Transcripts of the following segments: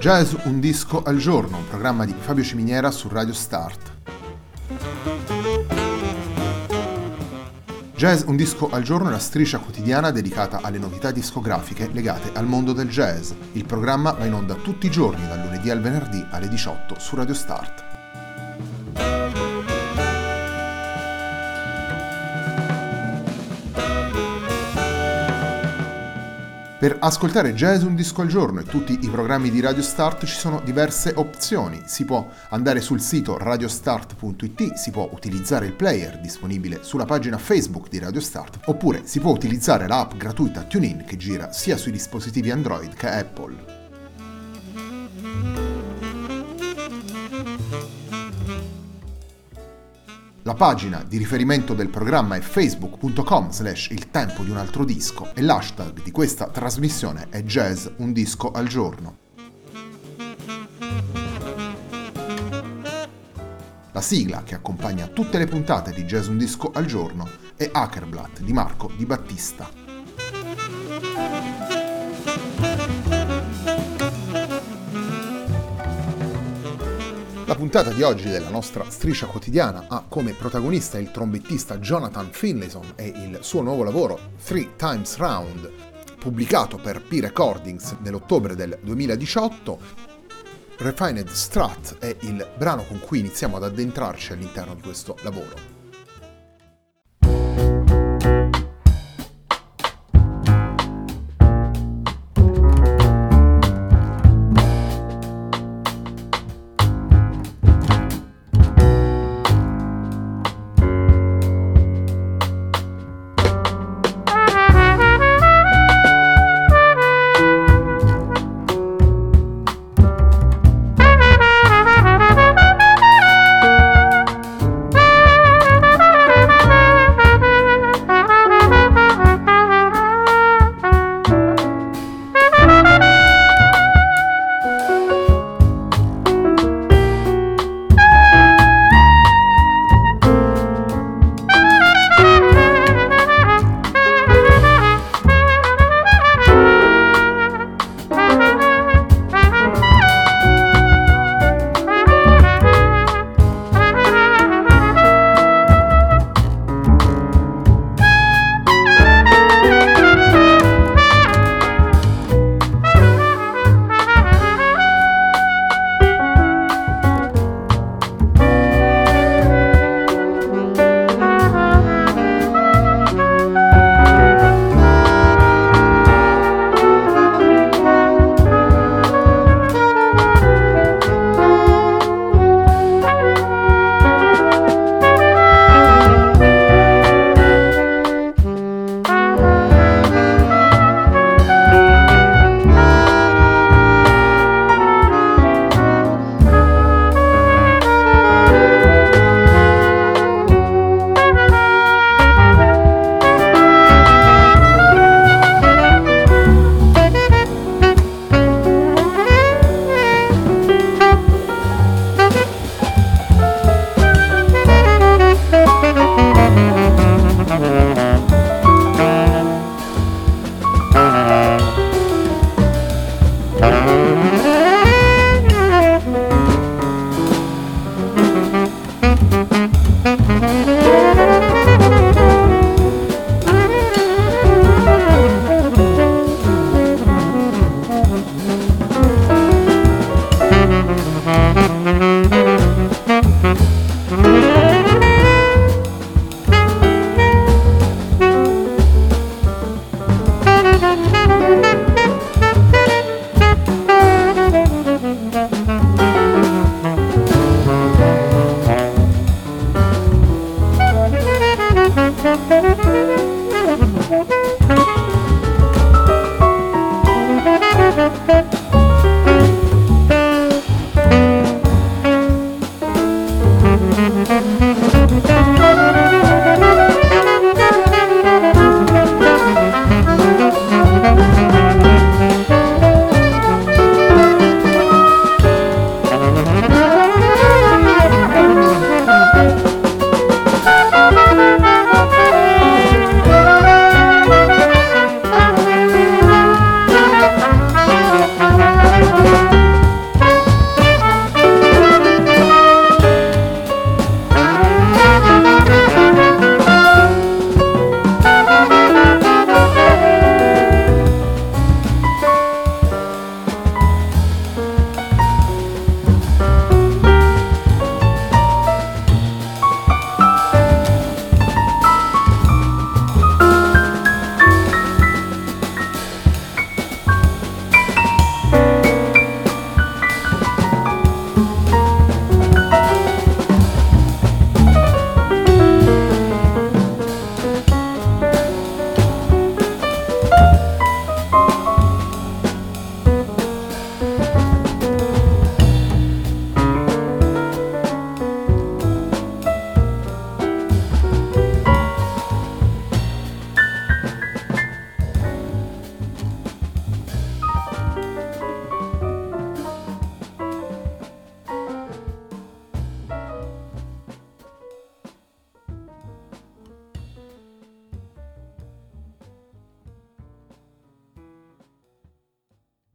Jazz un disco al giorno, un programma di Fabio Ciminiera su Radio Start. Jazz un disco al giorno è la striscia quotidiana dedicata alle novità discografiche legate al mondo del jazz. Il programma va in onda tutti i giorni, dal lunedì al venerdì alle 18 su Radio Start. Per ascoltare Jazz un disco al giorno e tutti i programmi di Radio Start ci sono diverse opzioni. Si può andare sul sito radiostart.it, si può utilizzare il player disponibile sulla pagina Facebook di Radio Start, oppure si può utilizzare l'app gratuita TuneIn che gira sia sui dispositivi Android che Apple. La pagina di riferimento del programma è facebook.com/il tempo di un altro disco e l'hashtag di questa trasmissione è Jazz un disco al giorno. La sigla che accompagna tutte le puntate di Jazz un disco al giorno è Hackerblatt di Marco Di Battista. La puntata di oggi della nostra striscia quotidiana ha come protagonista il trombettista Jonathan Finlayson e il suo nuovo lavoro Three Times Round, pubblicato per P Recordings nell'ottobre del 2018. Refined Strut è il brano con cui iniziamo ad addentrarci all'interno di questo lavoro.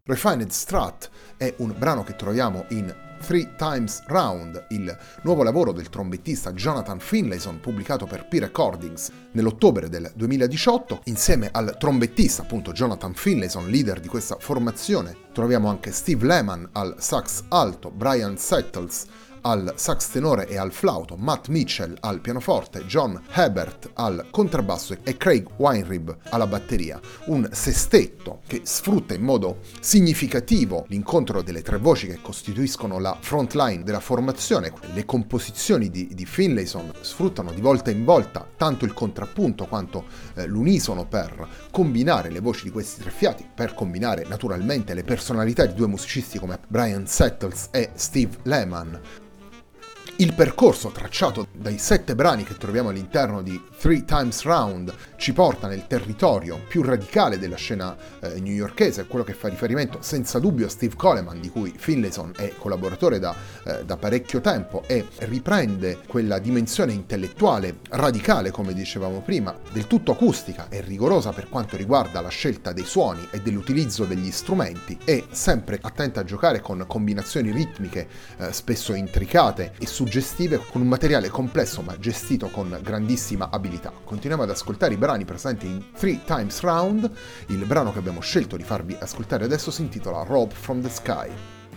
Refined Strat è un brano che troviamo in Three Times Round, il nuovo lavoro del trombettista Jonathan Finlayson, pubblicato per P Recordings nell'ottobre del 2018. Insieme al trombettista, appunto, Jonathan Finlayson, leader di questa formazione, troviamo anche Steve Lehman al sax alto, Brian Settles al sax tenore e al flauto, Matt Mitchell al pianoforte, John Hebert al contrabbasso e Craig Weinrib alla batteria. Un sestetto che sfrutta in modo significativo l'incontro delle tre voci che costituiscono la front line della formazione. Le composizioni di Finlayson sfruttano di volta in volta tanto il contrappunto quanto l'unisono per combinare le voci di questi tre fiati, per combinare naturalmente le personalità di due musicisti come Brian Settles e Steve Lehman. Il percorso tracciato dai 7 brani che troviamo all'interno di Three Times Round ci porta nel territorio più radicale della scena newyorkese, quello che fa riferimento senza dubbio a Steve Coleman, di cui Finlayson è collaboratore da parecchio tempo, e riprende quella dimensione intellettuale radicale, come dicevamo prima, del tutto acustica e rigorosa per quanto riguarda la scelta dei suoni e dell'utilizzo degli strumenti, e sempre attenta a giocare con combinazioni ritmiche spesso intricate e suggestive, con un materiale complesso ma gestito con grandissima abilità. Continuiamo ad ascoltare i brani presenti in Three Times Round. Il brano che abbiamo scelto di farvi ascoltare adesso si intitola Rope from the Sky.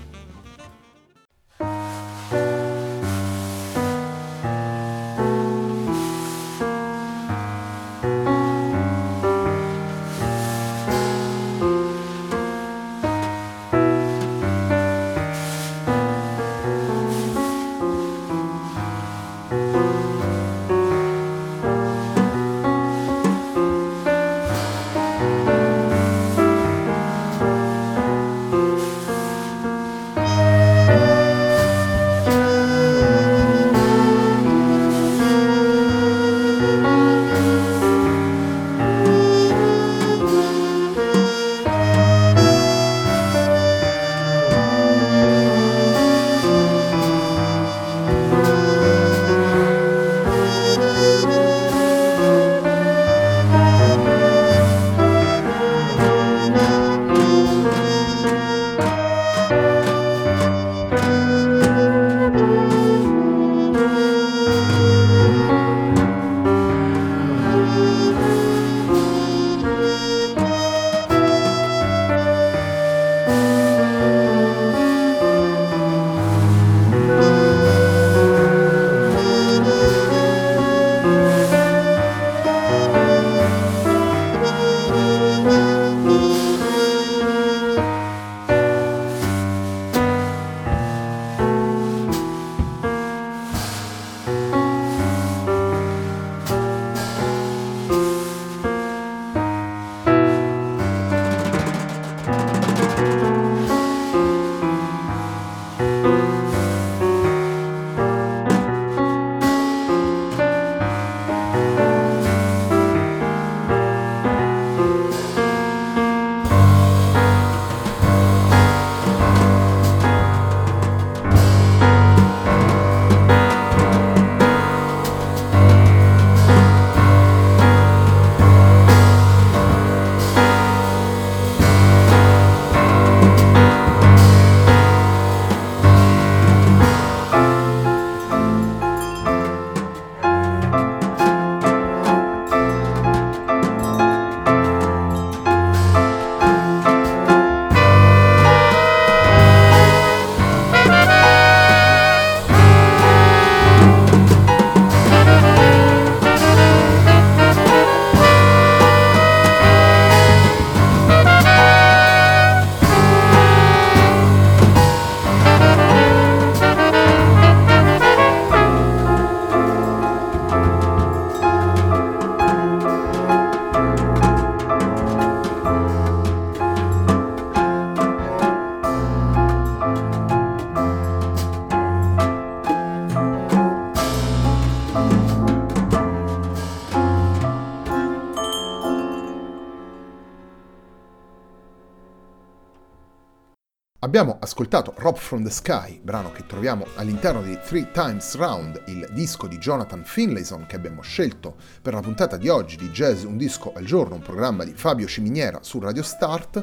Abbiamo ascoltato Rope from the Sky, brano che troviamo all'interno di Three Times Round, il disco di Jonathan Finlayson che abbiamo scelto per la puntata di oggi di Jazz Un Disco al Giorno, un programma di Fabio Ciminiera su Radio Start.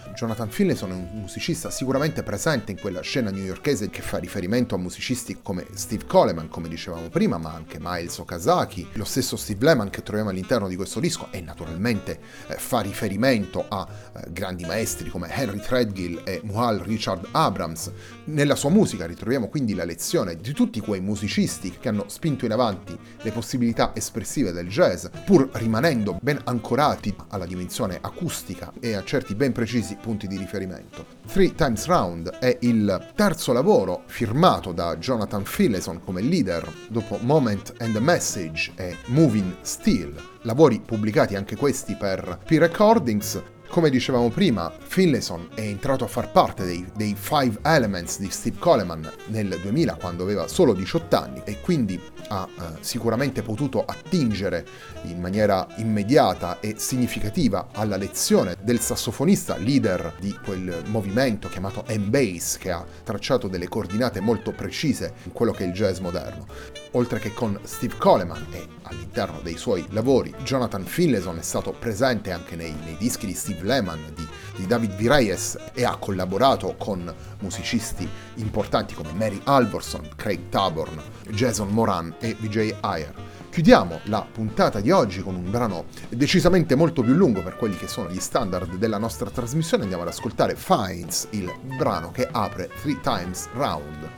Jonathan Finlayson è un musicista sicuramente presente in quella scena newyorkese che fa riferimento a musicisti come Steve Coleman, come dicevamo prima, ma anche Miles Okazaki, lo stesso Steve Lehman che troviamo all'interno di questo disco, e naturalmente fa riferimento a grandi maestri come Henry Threadgill e Muhal Richard Abrams. Nella sua musica ritroviamo quindi la lezione di tutti quei musicisti che hanno spinto in avanti le possibilità espressive del jazz, pur rimanendo ben ancorati alla dimensione acustica e a certi ben precisi punti di riferimento. Three Times Round è il terzo lavoro firmato da Jonathan Finlayson come leader dopo Moment and a Message e Moving Still, lavori pubblicati anche questi per P-Recordings. Come dicevamo prima, Finlayson è entrato a far parte dei Five Elements di Steve Coleman nel 2000, quando aveva solo 18 anni, e quindi ha sicuramente potuto attingere in maniera immediata e significativa alla lezione del sassofonista leader di quel movimento chiamato M-Bass, che ha tracciato delle coordinate molto precise in quello che è il jazz moderno. Oltre che con Steve Coleman e all'interno dei suoi lavori, Jonathan Finlayson è stato presente anche nei dischi di Steve Lehman, di David V. Reyes, e ha collaborato con musicisti importanti come Mary Alvorson, Craig Taborn, Jason Moran e Vijay Iyer. Chiudiamo la puntata di oggi con un brano decisamente molto più lungo per quelli che sono gli standard della nostra trasmissione. Andiamo ad ascoltare Finds, il brano che apre Three Times Round.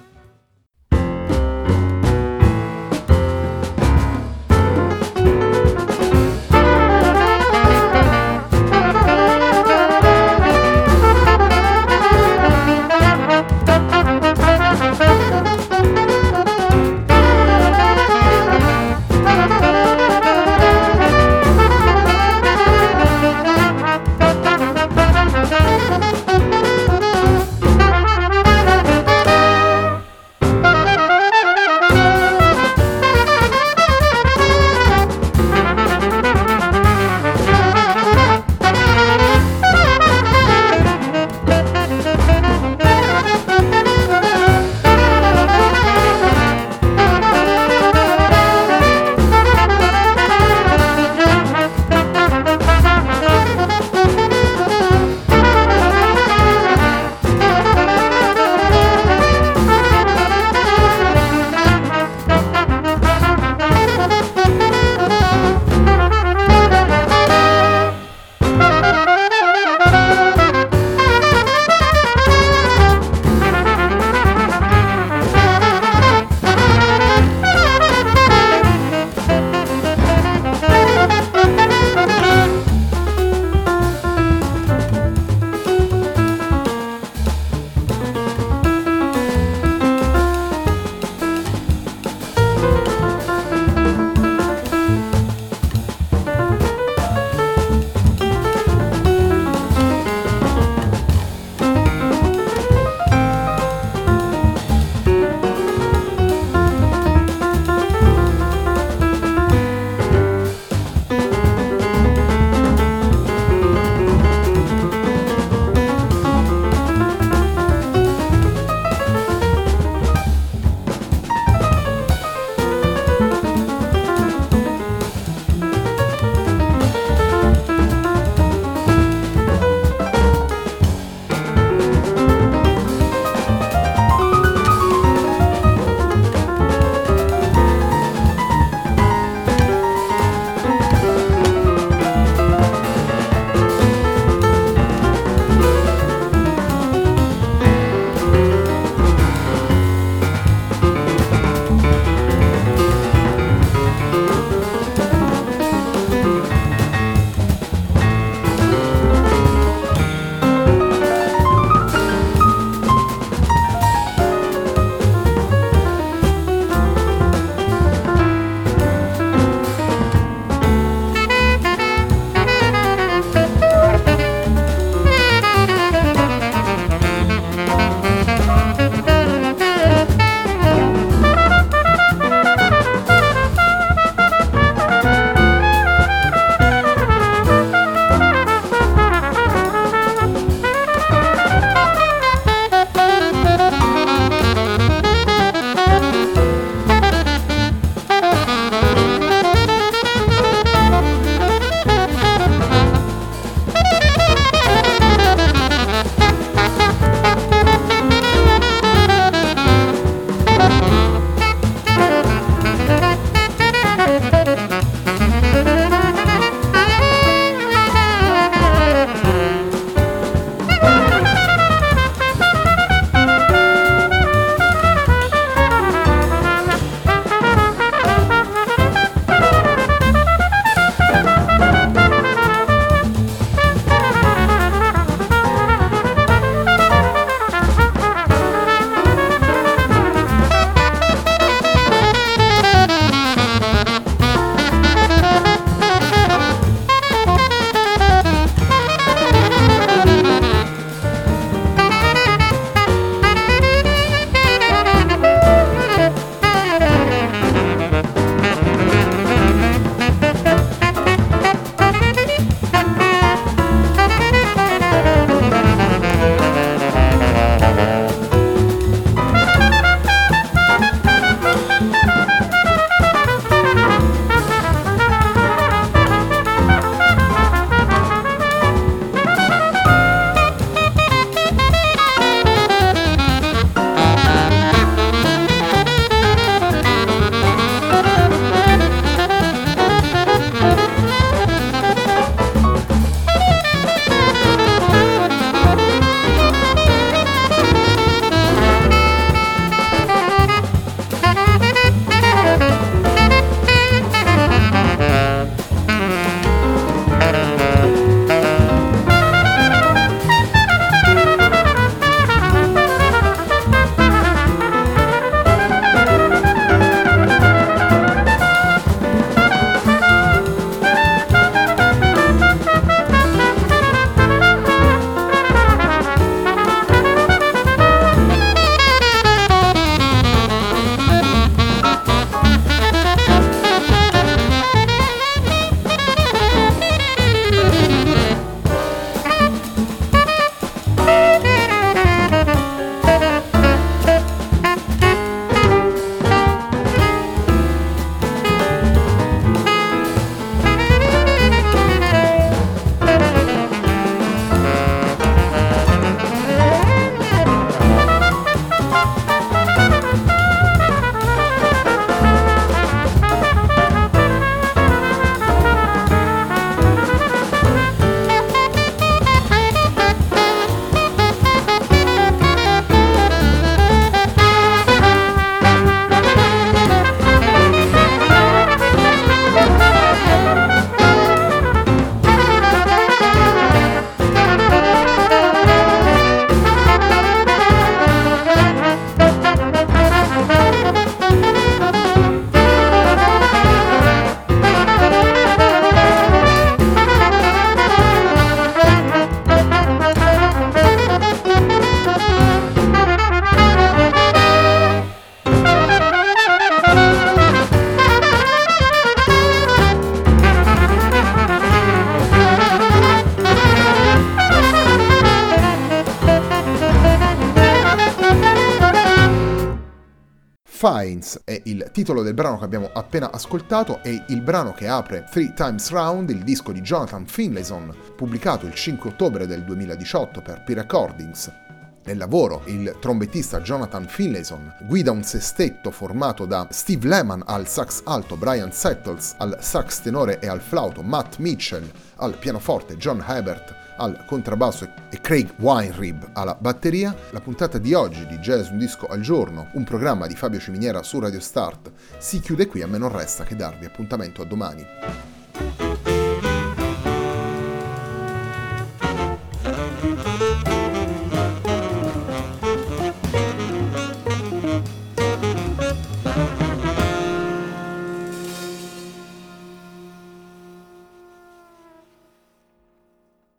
Defiance è il titolo del brano che abbiamo appena ascoltato, è il brano che apre Three Times Round, il disco di Jonathan Finlayson, pubblicato il 5 ottobre del 2018 per P-Recordings. Nel lavoro il trombettista Jonathan Finlayson guida un sestetto formato da Steve Lehman al sax alto, Brian Settles al sax tenore e al flauto, Matt Mitchell al pianoforte, John Hebert al contrabbasso e Craig Weinrib alla batteria. La puntata di oggi di Jazz Un Disco al Giorno, un programma di Fabio Ciminiera su Radio Start, si chiude qui. A me non resta che darvi appuntamento a domani.